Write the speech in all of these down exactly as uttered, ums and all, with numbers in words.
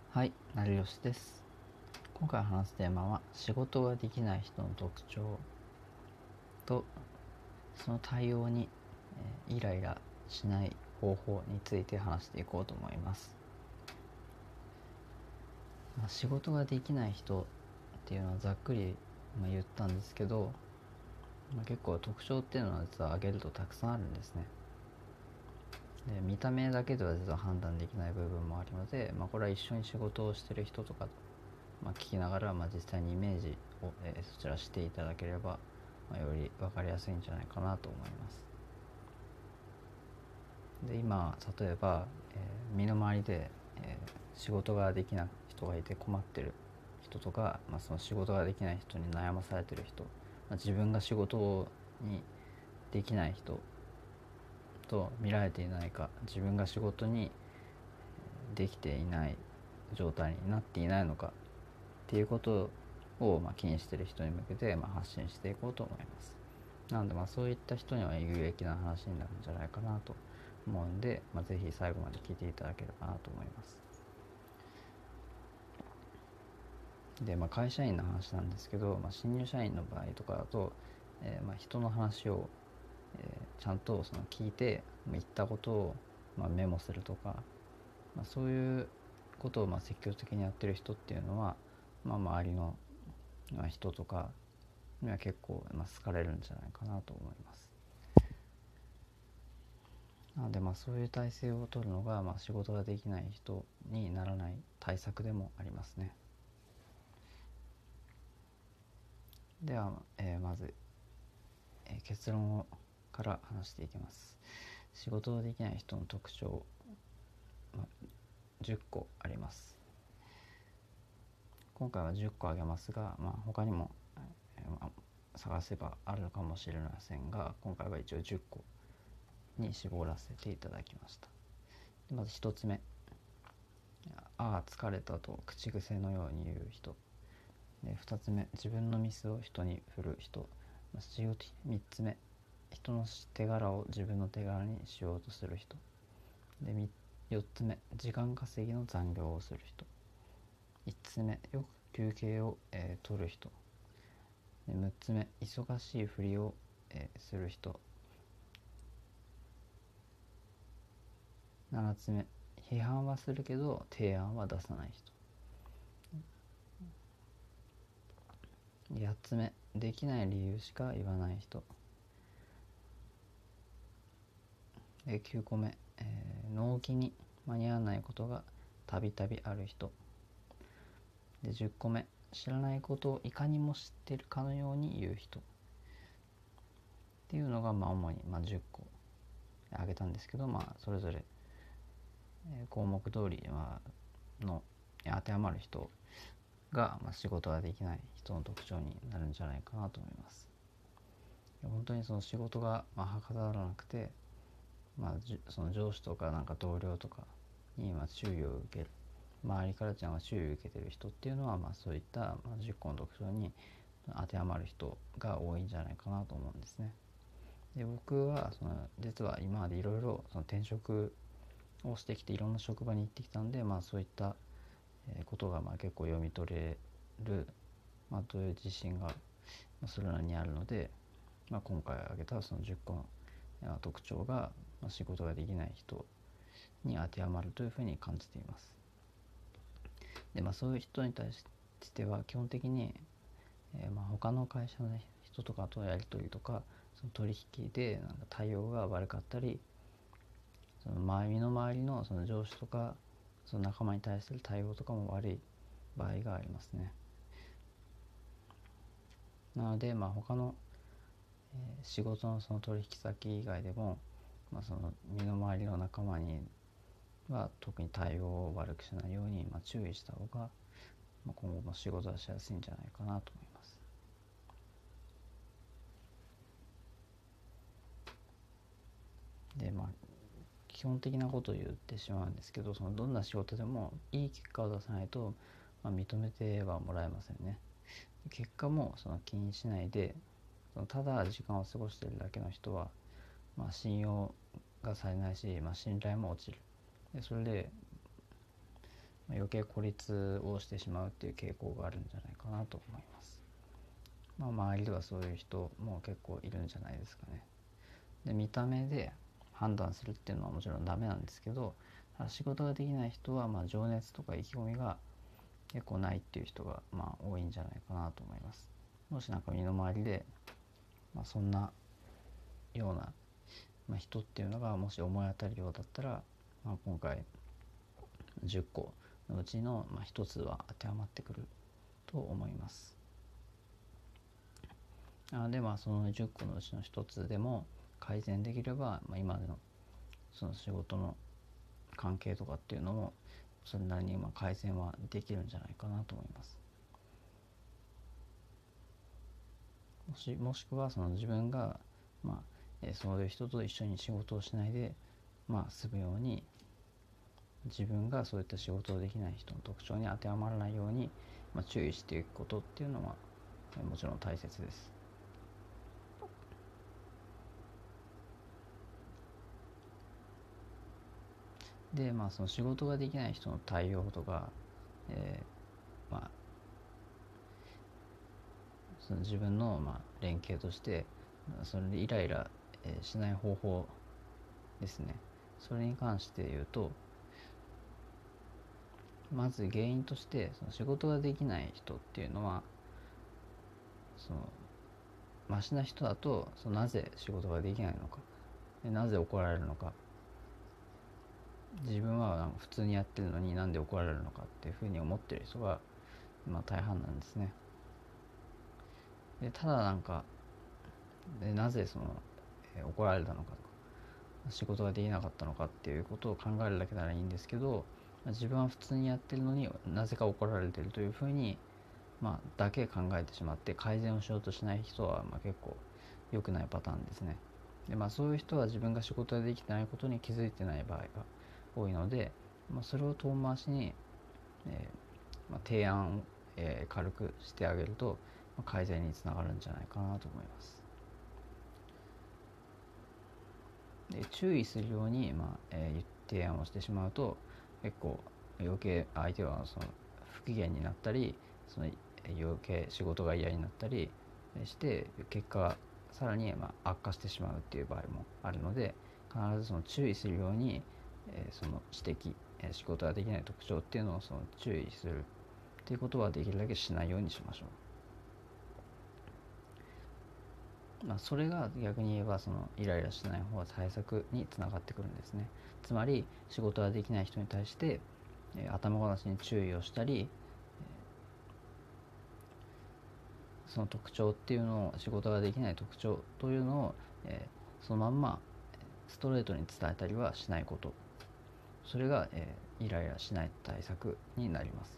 はい、成吉です。今回話すテーマは仕事ができない人の特徴とその対応に、えーイライラしない方法について話していこうと思います。まあ、仕事ができない人っていうのはざっくり、まあ、言ったんですけど、まあ、結構特徴っていうのは実は挙げるとたくさんあるんですね。で見た目だけでは実は判断できない部分もあるので、まあ、これは一緒に仕事をしてる人とかと、まあ、聞きながら、まあ、実際にイメージを、えーそちらしていただければ、まあ、より分かりやすいんじゃないかなと思います。で今例えば、えー身の回りで、えー仕事ができない人がいて困ってる人とか、まあ、その仕事ができない人に悩まされてる人、まあ、自分が仕事にできない人と見られていないか、自分が仕事にできていない状態になっていないのかっていうことを、まあ、気にしている人に向けて、まあ、発信していこうと思います。なので、まあ、そういった人には有益な話になるんじゃないかなと思うんで、まあ、ぜひ最後まで聞いていただければなと思います。で、まあ、会社員の話なんですけど、まあ、新入社員の場合とかだと、えーまあ、人の話を、えーちゃんとその聞いて言ったことを、まあ、メモするとか、まあ、そういうことをまあ積極的にやってる人っていうのは、まあ、周りの人とかには結構まあ好かれるんじゃないかなと思います。なのでまあそういう体制を取るのがまあ仕事ができない人にならない対策でもありますね。では、えーまず、えー結論から話していきます。仕事ができない人の特徴、まあ、じゅっこあります。今回はじゅっこ挙げますが、まあ、他にも、えーまあ、探せばあるのかもしれませんが、今回は一応じゅっこに絞らせていただきました。でまずひとつめ、ああ疲れたと口癖のように言う人。でふたつめ、自分のミスを人に振る人。みっつめ、人の手柄を自分の手柄にしようとする人。でよっつめ、時間稼ぎの残業をする人。いつつめ、よく休憩を、えー取る人。でむっつめ、忙しいふりを、えーする人。ななつめ、批判はするけど提案は出さない人。やっつめ、できない理由しか言わない人。できゅうこめ、えー納期に間に合わないことがたびたびある人。でじゅっこめ、知らないことをいかにも知ってるかのように言う人っていうのが、まあ主にまあじゅっこ挙げたんですけど、まあそれぞれ項目通りの当てはまる人が、まあ、仕事ができない人の特徴になるんじゃないかなと思います。本当にその仕事がまあはかどらなくて、まあ、その上司とかなんか同僚とかにまあ注意を受ける、周りからちゃんは注意を受けてる人っていうのは、まあそういったまあじゅっこの特徴に当てはまる人が多いんじゃないかなと思うんですね。で僕はその実は今までいろいろ転職をしてきていろんな職場に行ってきたんで、まあ、そういったことがまあ結構読み取れる、まあ、という自信がそれなりにあるので、まあ、今回挙げたそのじゅっこの特徴が仕事ができない人に当てはまるというふうに感じています。で、まあ、そういう人に対しては基本的に、えー、まあ他の会社の人とかとやり取りとかその取引でなんか対応が悪かったり、その周りの周りのその上司とかその仲間に対する対応とかも悪い場合がありますね。なので、まあ、他の、えー仕事のその取引先以外でも、まあ、その身の回りの仲間には特に対応を悪くしないように、まあ、注意した方が、まあ、今後も仕事はしやすいんじゃないかなと思います。で、まあ、基本的なことを言ってしまうんですけど、そのどんな仕事でもいい結果を出さないと、まあ、認めてはもらえませんね。結果もその気にしないで、そのただ時間を過ごしているだけの人は、まあ、信用がされないし、まあ、信頼も落ちる。でそれで、 余計孤立をしてしまうっていう傾向があるんじゃないかなと思います。まあ、周りではそういう人も結構いるんじゃないですかね。で見た目で判断するっていうのはもちろんダメなんですけど、仕事ができない人はまあ情熱とか意気込みが結構ないっていう人がまあ多いんじゃないかなと思います。もしなんか身の回りで、まあ、そんなような、まあ、人っていうのがもし思い当たるようだったら、まあ、今回じゅっこのうちのまあひとつは当てはまってくると思います。あでまあそのじゅっこのうちのひとつでも改善できれば、まあ、今までのその仕事の関係とかっていうのもそれなりにまあ改善はできるんじゃないかなと思います。もしもしくはその自分が、まあえー、そういう人と一緒に仕事をしないで、まあ、済むように、自分がそういった仕事をできない人の特徴に当てはまらないように、まあ、注意していくことっていうのは、えー、もちろん大切です。でまあその仕事ができない人の対応とか、えー、まあその自分のまあ連携としてそれでイライラしない方法ですね。それに関して言うと、まず原因としてその仕事ができない人っていうのは、そのマシな人だとそのなぜ仕事ができないのか、なぜ怒られるのか、自分はなんか普通にやってるのになんで怒られるのかっていうふうに思ってる人がまあ大半なんですね。でただなんかでなぜその、えー怒られたのかとか仕事ができなかったのかっていうことを考えるだけならいいんですけど、自分は普通にやってるのになぜか怒られてるというふうに、まあ、だけ考えてしまって改善をしようとしない人はまあ結構良くないパターンですね。で、まあ、そういう人は自分が仕事ができてないことに気づいてない場合が多いので、まあ、それを遠回しに、えーまあ、提案を、えー軽くしてあげると、まあ、改善につながるんじゃないかなと思います。で注意するように、まあえー、提案をしてしまうと結構余計相手はその不機嫌になったり、その余計仕事が嫌になったりして結果がさらにまあ悪化してしまうっていう場合もあるので、必ずその注意するように、えー、その指摘、えー、仕事ができない特徴っていうのをその注意するっていうことはできるだけしないようにしましょう。まあ、それが逆に言えばそのイライラしない方が対策につながってくるんですね。つまり仕事ができない人に対して、えー、頭ごなしに注意をしたり、その特徴っていうのを仕事ができない特徴というのを、えー、そのまんまストレートに伝えたりはしないこと、それが、えー、イライラしない対策になります。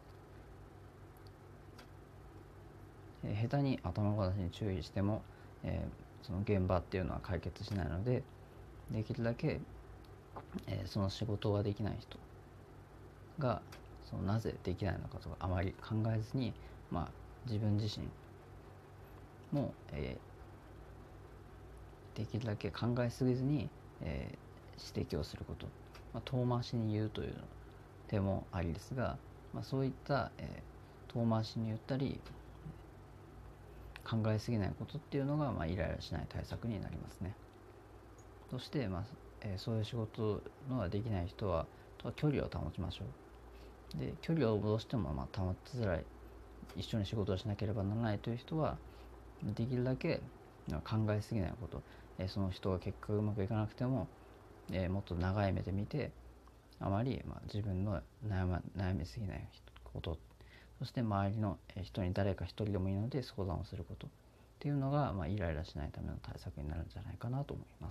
えー、下手に頭ごなしに注意しても、えー、その現場っていうのは解決しないので、できるだけ、えー、その仕事ができない人がそのなぜできないのかとかあまり考えずに、まあ、自分自身も、えー、できるだけ考えすぎずに、えー、指摘をすること、まあ、遠回しに言うという手もありですが、まあ、そういった、えー、遠回しに言ったり考えすぎないことっていうのが、まあ、イライラしない対策になりますね。そして、まあえー、そういう仕事のができない人はとは距離を保ちましょう。で距離をどうしてもまあ保ちづらい、一緒に仕事をしなければならないという人はできるだけ考えすぎないこと、えー、その人が結果がうまくいかなくても、えー、もっと長い目で見てあまり、まあ、自分の悩、ま、悩みすぎないこと、そして周りの人に誰か一人でもいいので相談をすることっていうのが、まあ、イライラしないための対策になるんじゃないかなと思います。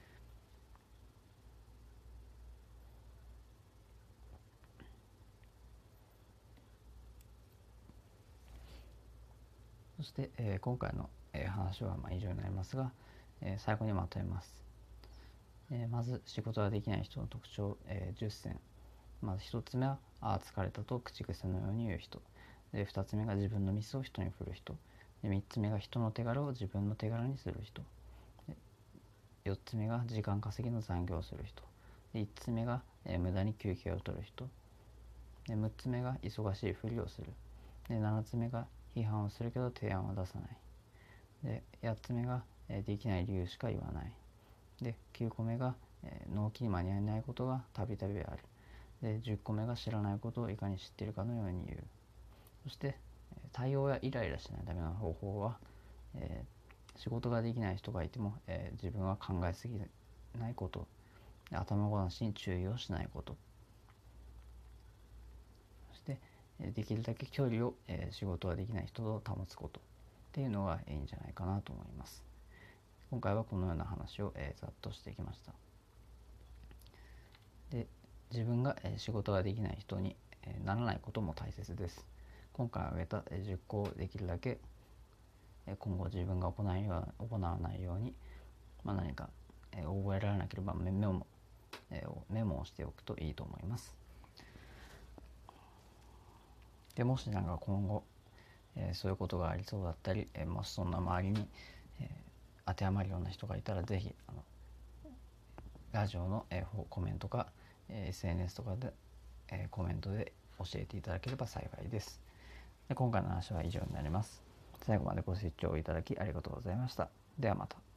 そして、えー、今回の、えー、話はまあ以上になりますが、えー、最後にまとめます。えー、まず仕事ができない人の特徴、えー、じゅっせん。まずひとつめはああ疲れたと口癖のように言う人で、ふたつめが自分のミスを人に振る人で、みっつめが人の手柄を自分の手柄にする人で、よっつめが時間稼ぎの残業をする人で、いつつめが、えー、無駄に休憩を取る人でむっつめが忙しいふりをする。でななつめが批判をするけど提案は出さない。でやっつめが、えー、できない理由しか言わない。できゅうこめが、えー、納期に間に合えないことがたびたびある。でじゅっこめが知らないことをいかに知っているかのように言う。そして対応やイライラしないための方法は、えー、仕事ができない人がいても、えー、自分は考えすぎないこと、頭ごなしに注意をしないこと、そしてできるだけ距離を、えー、仕事ができない人と保つことっていうのがいいんじゃないかなと思います。今回はこのような話を、えー、ざっとしてきました。で自分が、えー、仕事ができない人に、えー、ならないことも大切です。今回挙げたじゅっこをできるだけ今後自分が行わないように、まあ、何か覚えられなければメモメモをしておくといいと思います。でもしなんか今後そういうことがありそうだったり、もしそんな周りに当てはまるような人がいたら、ぜひあのラジオのコメントか エスエヌエス とかでコメントで教えていただければ幸いです。で今回の話は以上になります。最後までご視聴いただきありがとうございました。ではまた。